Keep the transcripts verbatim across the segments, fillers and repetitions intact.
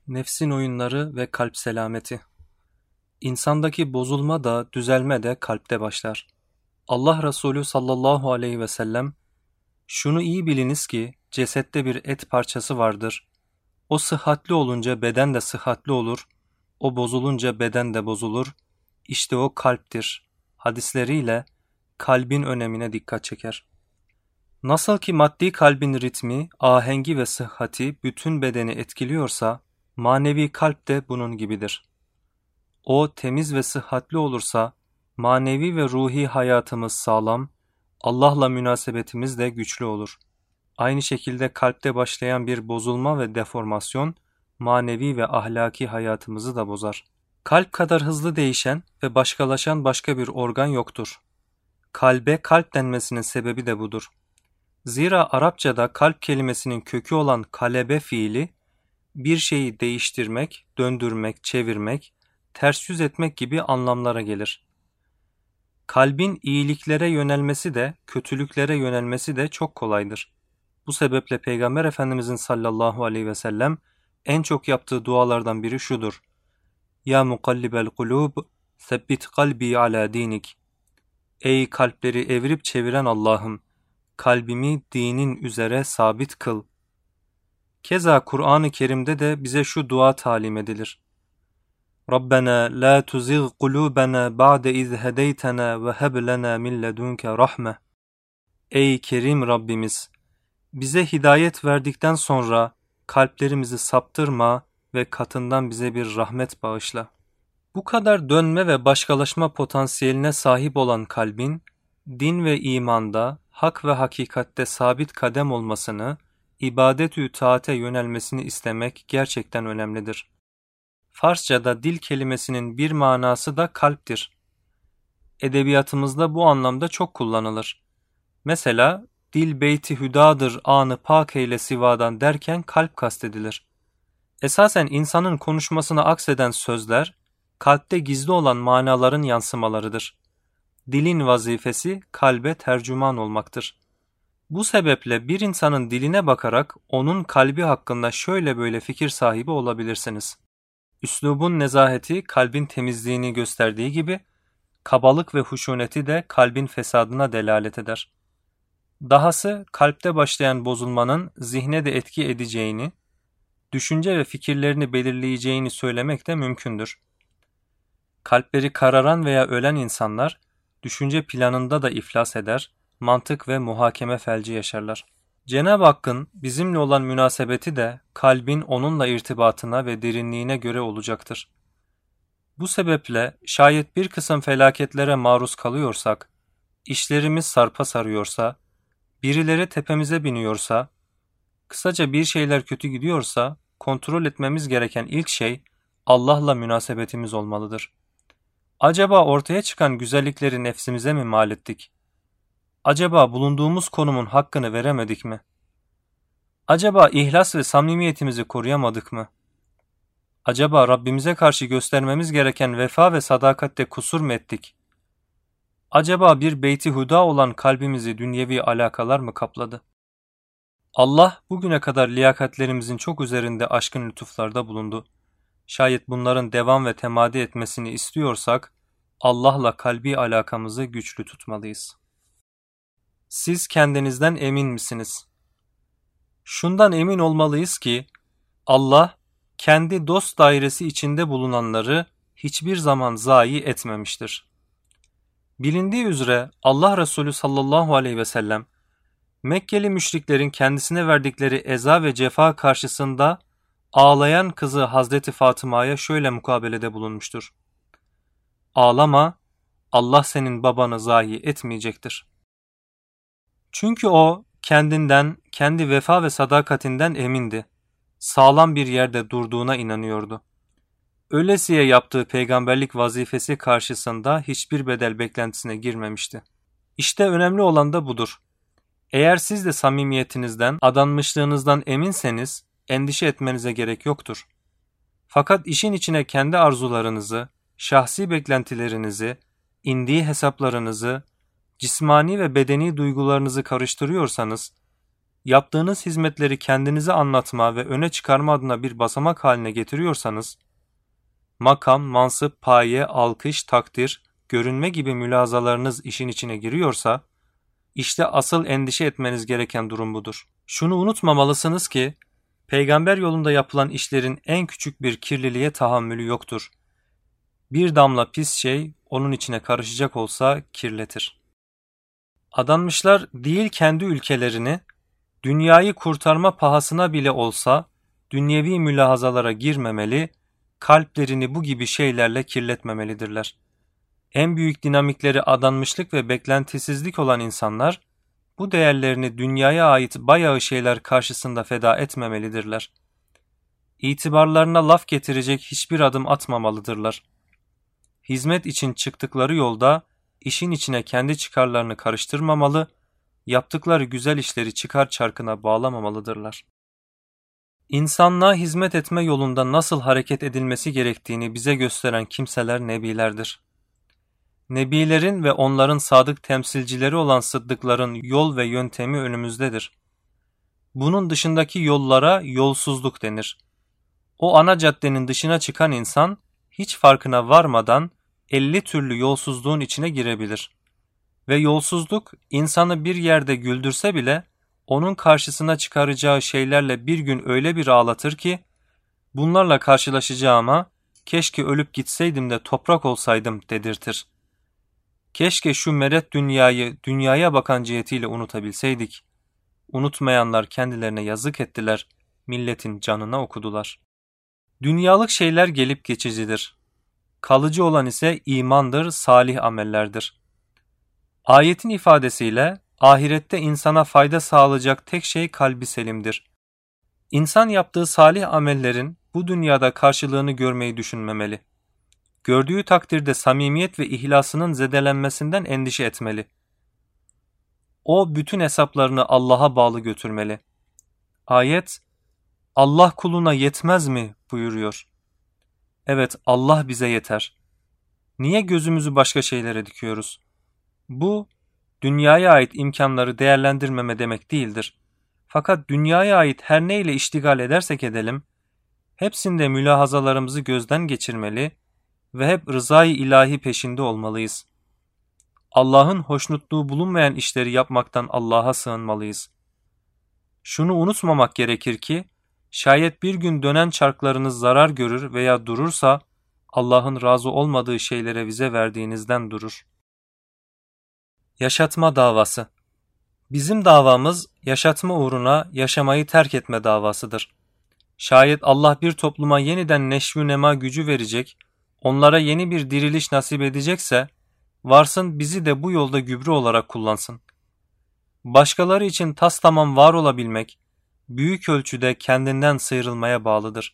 Nefsin oyunları ve kalp selameti. İnsandaki bozulma da düzelme de kalpte başlar. Allah Resulü sallallahu aleyhi ve sellem, "Şunu iyi biliniz ki cesette bir et parçası vardır. O sıhhatli olunca beden de sıhhatli olur. O bozulunca beden de bozulur. İşte o kalptir." hadisleriyle kalbin önemine dikkat çeker. Nasıl ki maddi kalbin ritmi, ahengi ve sıhhati bütün bedeni etkiliyorsa, manevi kalp de bunun gibidir. O temiz ve sıhhatli olursa, manevi ve ruhi hayatımız sağlam, Allah'la münasebetimiz de güçlü olur. Aynı şekilde kalpte başlayan bir bozulma ve deformasyon, manevi ve ahlaki hayatımızı da bozar. Kalp kadar hızlı değişen ve başkalaşan başka bir organ yoktur. Kalbe kalp denmesinin sebebi de budur. Zira Arapçada kalp kelimesinin kökü olan kalebe fiili, bir şeyi değiştirmek, döndürmek, çevirmek, ters yüz etmek gibi anlamlara gelir. Kalbin iyiliklere yönelmesi de, kötülüklere yönelmesi de çok kolaydır. Bu sebeple Peygamber Efendimizin sallallahu aleyhi ve sellem en çok yaptığı dualardan biri şudur: "Ya mukallibel kulub, sebbit kalbi ala dinik." Ey kalpleri evirip çeviren Allah'ım, kalbimi dinin üzere sabit kıl. Keza Kur'an-ı Kerim'de de bize şu dua talim edilir: Rabbena la tuzigh kulubana ba'de iz hedeytena ve heb lena min ledunke rahme. Ey Kerim Rabbimiz, bize hidayet verdikten sonra kalplerimizi saptırma ve katından bize bir rahmet bağışla. Bu kadar dönme ve başkalaşma potansiyeline sahip olan kalbin, din ve imanda, hak ve hakikatte sabit kadem olmasını, ibadet-ü taate yönelmesini istemek gerçekten önemlidir. Farsçada dil kelimesinin bir manası da kalptir. Edebiyatımızda bu anlamda çok kullanılır. Mesela, dil beyti hüdadır anı pak eyle sivadan derken kalp kastedilir. Esasen insanın konuşmasına akseden sözler, kalpte gizli olan manaların yansımalarıdır. Dilin vazifesi kalbe tercüman olmaktır. Bu sebeple bir insanın diline bakarak onun kalbi hakkında şöyle böyle fikir sahibi olabilirsiniz. Üslubun nezaheti kalbin temizliğini gösterdiği gibi, kabalık ve huşuneti de kalbin fesadına delalet eder. Dahası kalpte başlayan bozulmanın zihne de etki edeceğini, düşünce ve fikirlerini belirleyeceğini söylemek de mümkündür. Kalpleri kararan veya ölen insanlar, düşünce planında da iflas eder, mantık ve muhakeme felci yaşarlar. Cenab-ı Hakk'ın bizimle olan münasebeti de kalbin onunla irtibatına ve derinliğine göre olacaktır. Bu sebeple şayet bir kısım felaketlere maruz kalıyorsak, işlerimiz sarpa sarıyorsa, birileri tepemize biniyorsa, kısaca bir şeyler kötü gidiyorsa, kontrol etmemiz gereken ilk şey Allah'la münasebetimiz olmalıdır. Acaba ortaya çıkan güzellikleri nefsimize mi mal ettik? Acaba bulunduğumuz konumun hakkını veremedik mi? Acaba ihlas ve samimiyetimizi koruyamadık mı? Acaba Rabbimize karşı göstermemiz gereken vefa ve sadakatte kusur mu ettik? Acaba bir beyti huda olan kalbimizi dünyevi alakalar mı kapladı? Allah bugüne kadar liyakatlerimizin çok üzerinde aşkın lütuflarda bulundu. Şayet bunların devam ve temadi etmesini istiyorsak, Allah'la kalbi alakamızı güçlü tutmalıyız. Siz kendinizden emin misiniz? Şundan emin olmalıyız ki, Allah, kendi dost dairesi içinde bulunanları hiçbir zaman zayi etmemiştir. Bilindiği üzere Allah Resulü sallallahu aleyhi ve sellem, Mekkeli müşriklerin kendisine verdikleri eza ve cefa karşısında ağlayan kızı Hazreti Fatıma'ya şöyle mukabelede bulunmuştur: "Ağlama, Allah senin babanı zayi etmeyecektir." Çünkü o kendinden, kendi vefa ve sadakatinden emindi. Sağlam bir yerde durduğuna inanıyordu. Öylesiye yaptığı peygamberlik vazifesi karşısında hiçbir bedel beklentisine girmemişti. İşte önemli olan da budur. Eğer siz de samimiyetinizden, adanmışlığınızdan eminseniz, endişe etmenize gerek yoktur. Fakat işin içine kendi arzularınızı, şahsi beklentilerinizi, indiği hesaplarınızı, cismani ve bedeni duygularınızı karıştırıyorsanız, yaptığınız hizmetleri kendinize anlatma ve öne çıkarma adına bir basamak haline getiriyorsanız, makam, mansıp, paye, alkış, takdir, görünme gibi mülazalarınız işin içine giriyorsa, işte asıl endişe etmeniz gereken durum budur. Şunu unutmamalısınız ki, peygamber yolunda yapılan işlerin en küçük bir kirliliğe tahammülü yoktur. Bir damla pis şey onun içine karışacak olsa kirletir. Adanmışlar değil kendi ülkelerini, dünyayı kurtarma pahasına bile olsa dünyevi mülahazalara girmemeli, kalplerini bu gibi şeylerle kirletmemelidirler. En büyük dinamikleri adanmışlık ve beklentisizlik olan insanlar, bu değerlerini dünyaya ait bayağı şeyler karşısında feda etmemelidirler. İtibarlarına laf getirecek hiçbir adım atmamalıdırlar. Hizmet için çıktıkları yolda işin içine kendi çıkarlarını karıştırmamalı, yaptıkları güzel işleri çıkar çarkına bağlamamalıdırlar. İnsanlığa hizmet etme yolunda nasıl hareket edilmesi gerektiğini bize gösteren kimseler nebilerdir. Nebilerin ve onların sadık temsilcileri olan sıddıkların yol ve yöntemi önümüzdedir. Bunun dışındaki yollara yolsuzluk denir. O ana caddenin dışına çıkan insan hiç farkına varmadan elli türlü yolsuzluğun içine girebilir. Ve yolsuzluk insanı bir yerde güldürse bile onun karşısına çıkaracağı şeylerle bir gün öyle bir ağlatır ki bunlarla karşılaşacağıma keşke ölüp gitseydim de toprak olsaydım dedirtir. Keşke şu meret dünyayı dünyaya bakan cihetiyle unutabilseydik. Unutmayanlar kendilerine yazık ettiler, milletin canına okudular. Dünyalık şeyler gelip geçicidir. Kalıcı olan ise imandır, salih amellerdir. Ayetin ifadesiyle ahirette insana fayda sağlayacak tek şey kalbi selimdir. İnsan yaptığı salih amellerin bu dünyada karşılığını görmeyi düşünmemeli. Gördüğü takdirde samimiyet ve ihlasının zedelenmesinden endişe etmeli. O bütün hesaplarını Allah'a bağlı götürmeli. Ayet, Allah kuluna yetmez mi buyuruyor. Evet, Allah bize yeter. Niye gözümüzü başka şeylere dikiyoruz? Bu, dünyaya ait imkanları değerlendirmeme demek değildir. Fakat dünyaya ait her neyle iştigal edersek edelim, hepsinde mülahazalarımızı gözden geçirmeli ve hep rızayı ilahi peşinde olmalıyız. Allah'ın hoşnutluğu bulunmayan işleri yapmaktan Allah'a sığınmalıyız. Şunu unutmamak gerekir ki, şayet bir gün dönen çarklarınız zarar görür veya durursa, Allah'ın razı olmadığı şeylere vize verdiğinizden durur. Yaşatma davası. Bizim davamız yaşatma uğruna yaşamayı terk etme davasıdır. Şayet Allah bir topluma yeniden neşvü nema gücü verecek, onlara yeni bir diriliş nasip edecekse, varsın bizi de bu yolda gübre olarak kullansın. Başkaları için tastamam var olabilmek, büyük ölçüde kendinden sıyrılmaya bağlıdır.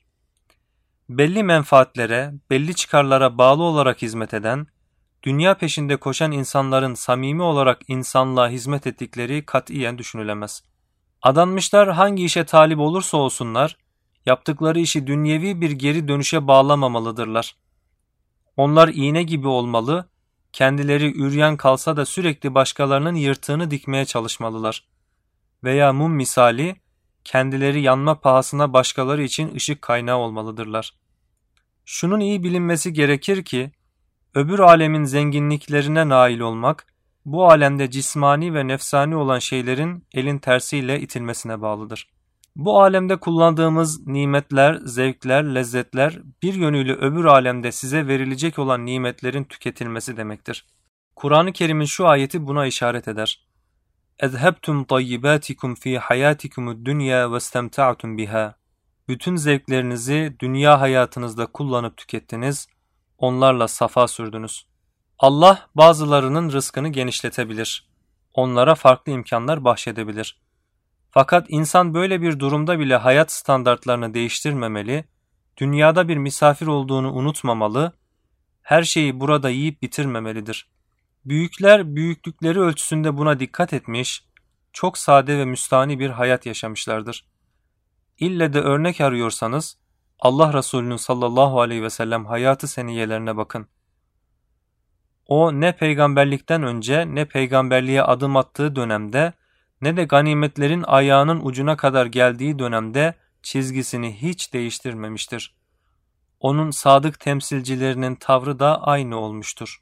Belli menfaatlere, belli çıkarlara bağlı olarak hizmet eden, dünya peşinde koşan insanların samimi olarak insanlığa hizmet ettikleri katiyen düşünülemez. Adanmışlar hangi işe talip olursa olsunlar, yaptıkları işi dünyevi bir geri dönüşe bağlamamalıdırlar. Onlar iğne gibi olmalı, kendileri üryan kalsa da sürekli başkalarının yırtığını dikmeye çalışmalılar. Veya mum misali, kendileri yanma pahasına başkaları için ışık kaynağı olmalıdırlar. Şunun iyi bilinmesi gerekir ki, öbür alemin zenginliklerine nail olmak, bu alemde cismani ve nefsani olan şeylerin elin tersiyle itilmesine bağlıdır. Bu alemde kullandığımız nimetler, zevkler, lezzetler bir yönüyle öbür alemde size verilecek olan nimetlerin tüketilmesi demektir. Kur'an-ı Kerim'in şu ayeti buna işaret eder. اَذْهَبْتُمْ طَيِّبَاتِكُمْ ف۪ي حَيَاتِكُمُ الدُّنْيَا وَاسْتَمْتَعْتُمْ بِهَا. Bütün zevklerinizi dünya hayatınızda kullanıp tükettiniz, onlarla safa sürdünüz. Allah bazılarının rızkını genişletebilir. Onlara farklı imkanlar bahşedebilir. Fakat insan böyle bir durumda bile hayat standartlarını değiştirmemeli, dünyada bir misafir olduğunu unutmamalı, her şeyi burada yiyip bitirmemelidir. Büyükler büyüklükleri ölçüsünde buna dikkat etmiş, çok sade ve müstahni bir hayat yaşamışlardır. İlle de örnek arıyorsanız, Allah Resulü'nün sallallahu aleyhi ve sellem hayatı seniyelerine bakın. O ne peygamberlikten önce ne peygamberliğe adım attığı dönemde ne de ganimetlerin ayağının ucuna kadar geldiği dönemde çizgisini hiç değiştirmemiştir. Onun sadık temsilcilerinin tavrı da aynı olmuştur.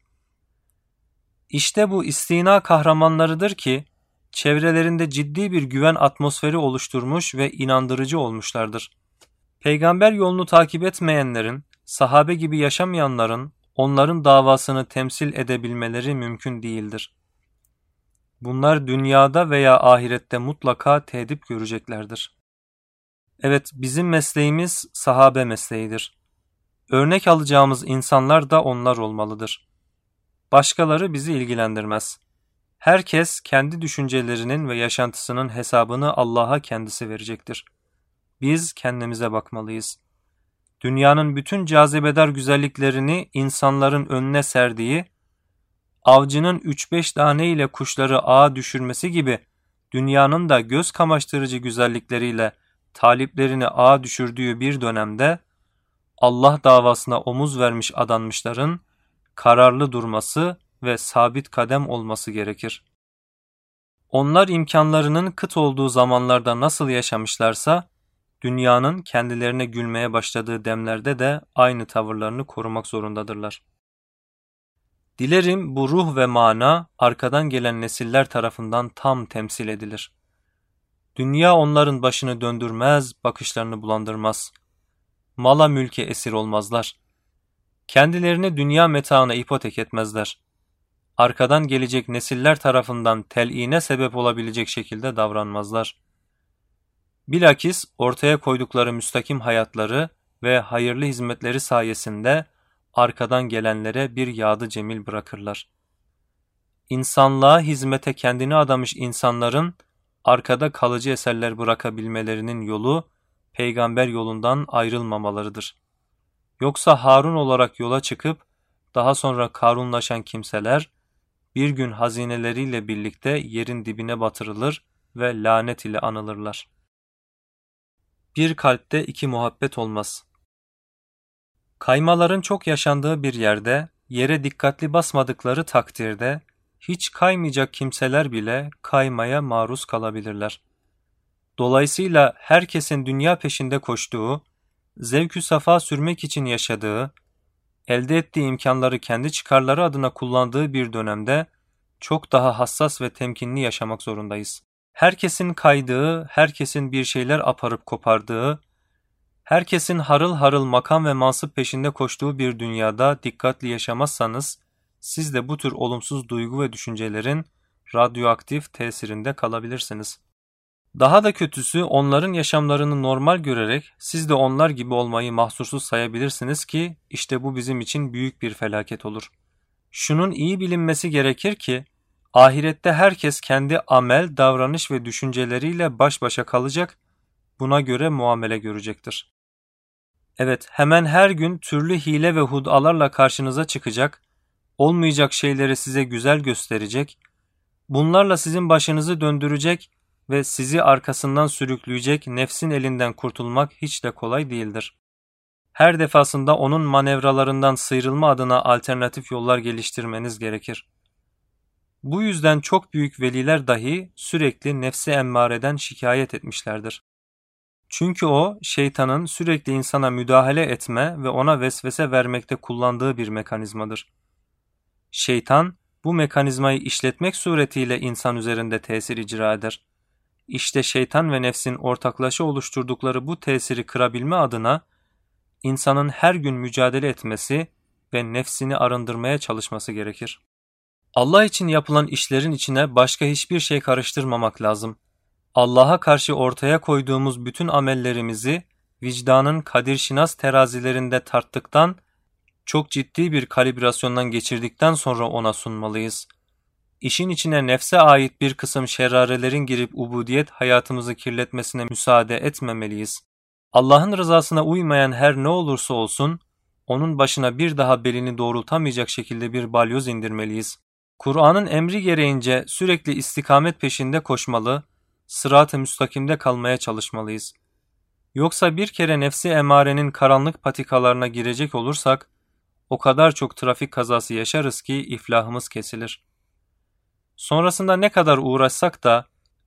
İşte bu istina kahramanlarıdır ki, çevrelerinde ciddi bir güven atmosferi oluşturmuş ve inandırıcı olmuşlardır. Peygamber yolunu takip etmeyenlerin, sahabe gibi yaşamayanların onların davasını temsil edebilmeleri mümkün değildir. Bunlar dünyada veya ahirette mutlaka teedip göreceklerdir. Evet, bizim mesleğimiz sahabe mesleğidir. Örnek alacağımız insanlar da onlar olmalıdır. Başkaları bizi ilgilendirmez. Herkes kendi düşüncelerinin ve yaşantısının hesabını Allah'a kendisi verecektir. Biz kendimize bakmalıyız. Dünyanın bütün cazibedar güzelliklerini insanların önüne serdiği, avcının üç beş tane ile kuşları ağa düşürmesi gibi dünyanın da göz kamaştırıcı güzellikleriyle taliplerini ağa düşürdüğü bir dönemde Allah davasına omuz vermiş adanmışların kararlı durması ve sabit kadem olması gerekir. Onlar imkanlarının kıt olduğu zamanlarda nasıl yaşamışlarsa, dünyanın kendilerine gülmeye başladığı demlerde de aynı tavırlarını korumak zorundadırlar. Dilerim bu ruh ve mana arkadan gelen nesiller tarafından tam temsil edilir. Dünya onların başını döndürmez, bakışlarını bulandırmaz. Mala mülke esir olmazlar. Kendilerini dünya metaına ipotek etmezler. Arkadan gelecek nesiller tarafından tel'ine sebep olabilecek şekilde davranmazlar. Bilakis ortaya koydukları müstakim hayatları ve hayırlı hizmetleri sayesinde arkadan gelenlere bir yâdı cemil bırakırlar. İnsanlığa hizmete kendini adamış insanların arkada kalıcı eserler bırakabilmelerinin yolu peygamber yolundan ayrılmamalarıdır. Yoksa Harun olarak yola çıkıp daha sonra Karunlaşan kimseler bir gün hazineleriyle birlikte yerin dibine batırılır ve lanet ile anılırlar. Bir kalpte iki muhabbet olmaz. Kaymaların çok yaşandığı bir yerde, yere dikkatli basmadıkları takdirde, hiç kaymayacak kimseler bile kaymaya maruz kalabilirler. Dolayısıyla herkesin dünya peşinde koştuğu, zevk-ü safa sürmek için yaşadığı, elde ettiği imkanları kendi çıkarları adına kullandığı bir dönemde çok daha hassas ve temkinli yaşamak zorundayız. Herkesin kaydığı, herkesin bir şeyler aparıp kopardığı, herkesin harıl harıl makam ve mansıp peşinde koştuğu bir dünyada dikkatli yaşamazsanız, siz de bu tür olumsuz duygu ve düşüncelerin radyoaktif tesirinde kalabilirsiniz. Daha da kötüsü onların yaşamlarını normal görerek siz de onlar gibi olmayı mahsursuz sayabilirsiniz ki işte bu bizim için büyük bir felaket olur. Şunun iyi bilinmesi gerekir ki ahirette herkes kendi amel, davranış ve düşünceleriyle baş başa kalacak, buna göre muamele görecektir. Evet, hemen her gün türlü hile ve hudalarla karşınıza çıkacak, olmayacak şeyleri size güzel gösterecek, bunlarla sizin başınızı döndürecek ve sizi arkasından sürükleyecek nefsin elinden kurtulmak hiç de kolay değildir. Her defasında onun manevralarından sıyrılma adına alternatif yollar geliştirmeniz gerekir. Bu yüzden çok büyük veliler dahi sürekli nefsi emmareden şikayet etmişlerdir. Çünkü o, şeytanın sürekli insana müdahale etme ve ona vesvese vermekte kullandığı bir mekanizmadır. Şeytan, bu mekanizmayı işletmek suretiyle insan üzerinde tesir icra eder. İşte şeytan ve nefsin ortaklaşa oluşturdukları bu tesiri kırabilme adına insanın her gün mücadele etmesi ve nefsini arındırmaya çalışması gerekir. Allah için yapılan işlerin içine başka hiçbir şey karıştırmamak lazım. Allah'a karşı ortaya koyduğumuz bütün amellerimizi vicdanın kadirşinas terazilerinde tarttıktan, çok ciddi bir kalibrasyondan geçirdikten sonra ona sunmalıyız. İşin içine nefse ait bir kısım şerarelerin girip ubudiyet hayatımızı kirletmesine müsaade etmemeliyiz. Allah'ın rızasına uymayan her ne olursa olsun, onun başına bir daha belini doğrultamayacak şekilde bir balyoz indirmeliyiz. Kur'an'ın emri gereğince sürekli istikamet peşinde koşmalı, sırat-ı müstakimde kalmaya çalışmalıyız. Yoksa bir kere nefsi emarenin karanlık patikalarına girecek olursak, o kadar çok trafik kazası yaşarız ki iflahımız kesilir. Sonrasında ne kadar uğraşsak da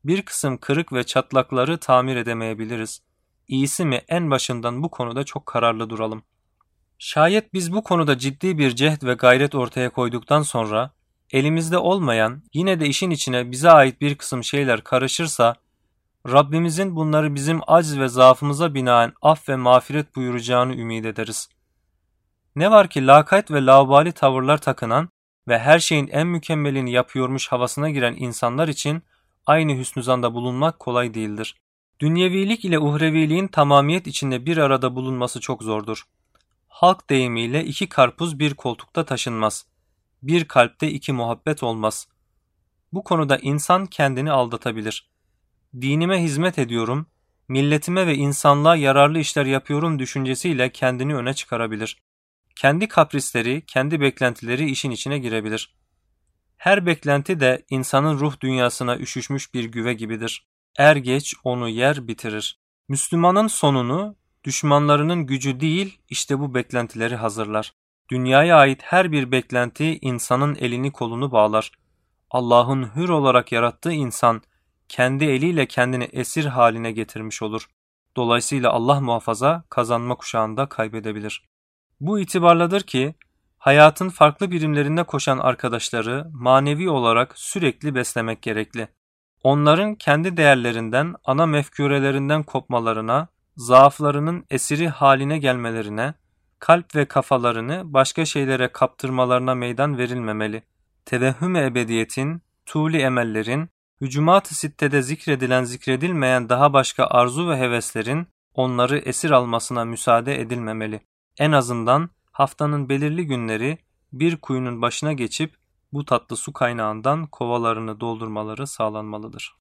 Bir kısım kırık ve çatlakları tamir edemeyebiliriz. İyisi mi en başından bu konuda çok kararlı duralım. Şayet biz bu konuda ciddi bir cehd ve gayret ortaya koyduktan sonra elimizde olmayan, yine de işin içine bize ait bir kısım şeyler karışırsa, Rabbimizin bunları bizim acz ve zaafımıza binaen af ve mağfiret buyuracağını ümit ederiz. Ne var ki lakayt ve laubali tavırlar takınan ve her şeyin en mükemmelini yapıyormuş havasına giren insanlar için aynı hüsnü zanda bulunmak kolay değildir. Dünyevilik ile uhreviliğin tamamiyet içinde bir arada bulunması çok zordur. Halk deyimiyle iki karpuz bir koltukta taşınmaz. Bir kalpte iki muhabbet olmaz. Bu konuda insan kendini aldatabilir. Dinime hizmet ediyorum, milletime ve insanlığa yararlı işler yapıyorum düşüncesiyle kendini öne çıkarabilir. Kendi kaprisleri, kendi beklentileri işin içine girebilir. Her beklenti de insanın ruh dünyasına üşüşmüş bir güve gibidir. Er geç onu yer bitirir. Müslümanın sonunu, düşmanlarının gücü değil, işte bu beklentileri hazırlar. Dünyaya ait her bir beklenti insanın elini kolunu bağlar. Allah'ın hür olarak yarattığı insan, kendi eliyle kendini esir haline getirmiş olur. Dolayısıyla Allah muhafaza kazanma kuşağında kaybedebilir. Bu itibarladır ki, hayatın farklı birimlerinde koşan arkadaşları manevi olarak sürekli beslemek gerekli. Onların kendi değerlerinden, ana mefkürelerinden kopmalarına, zaaflarının esiri haline gelmelerine, kalp ve kafalarını başka şeylere kaptırmalarına meydan verilmemeli. Tevehhüm-i ebediyetin, tûli emellerin, hücumat-ı sittede zikredilen zikredilmeyen daha başka arzu ve heveslerin onları esir almasına müsaade edilmemeli. En azından haftanın belirli günleri bir kuyunun başına geçip bu tatlı su kaynağından kovalarını doldurmaları sağlanmalıdır.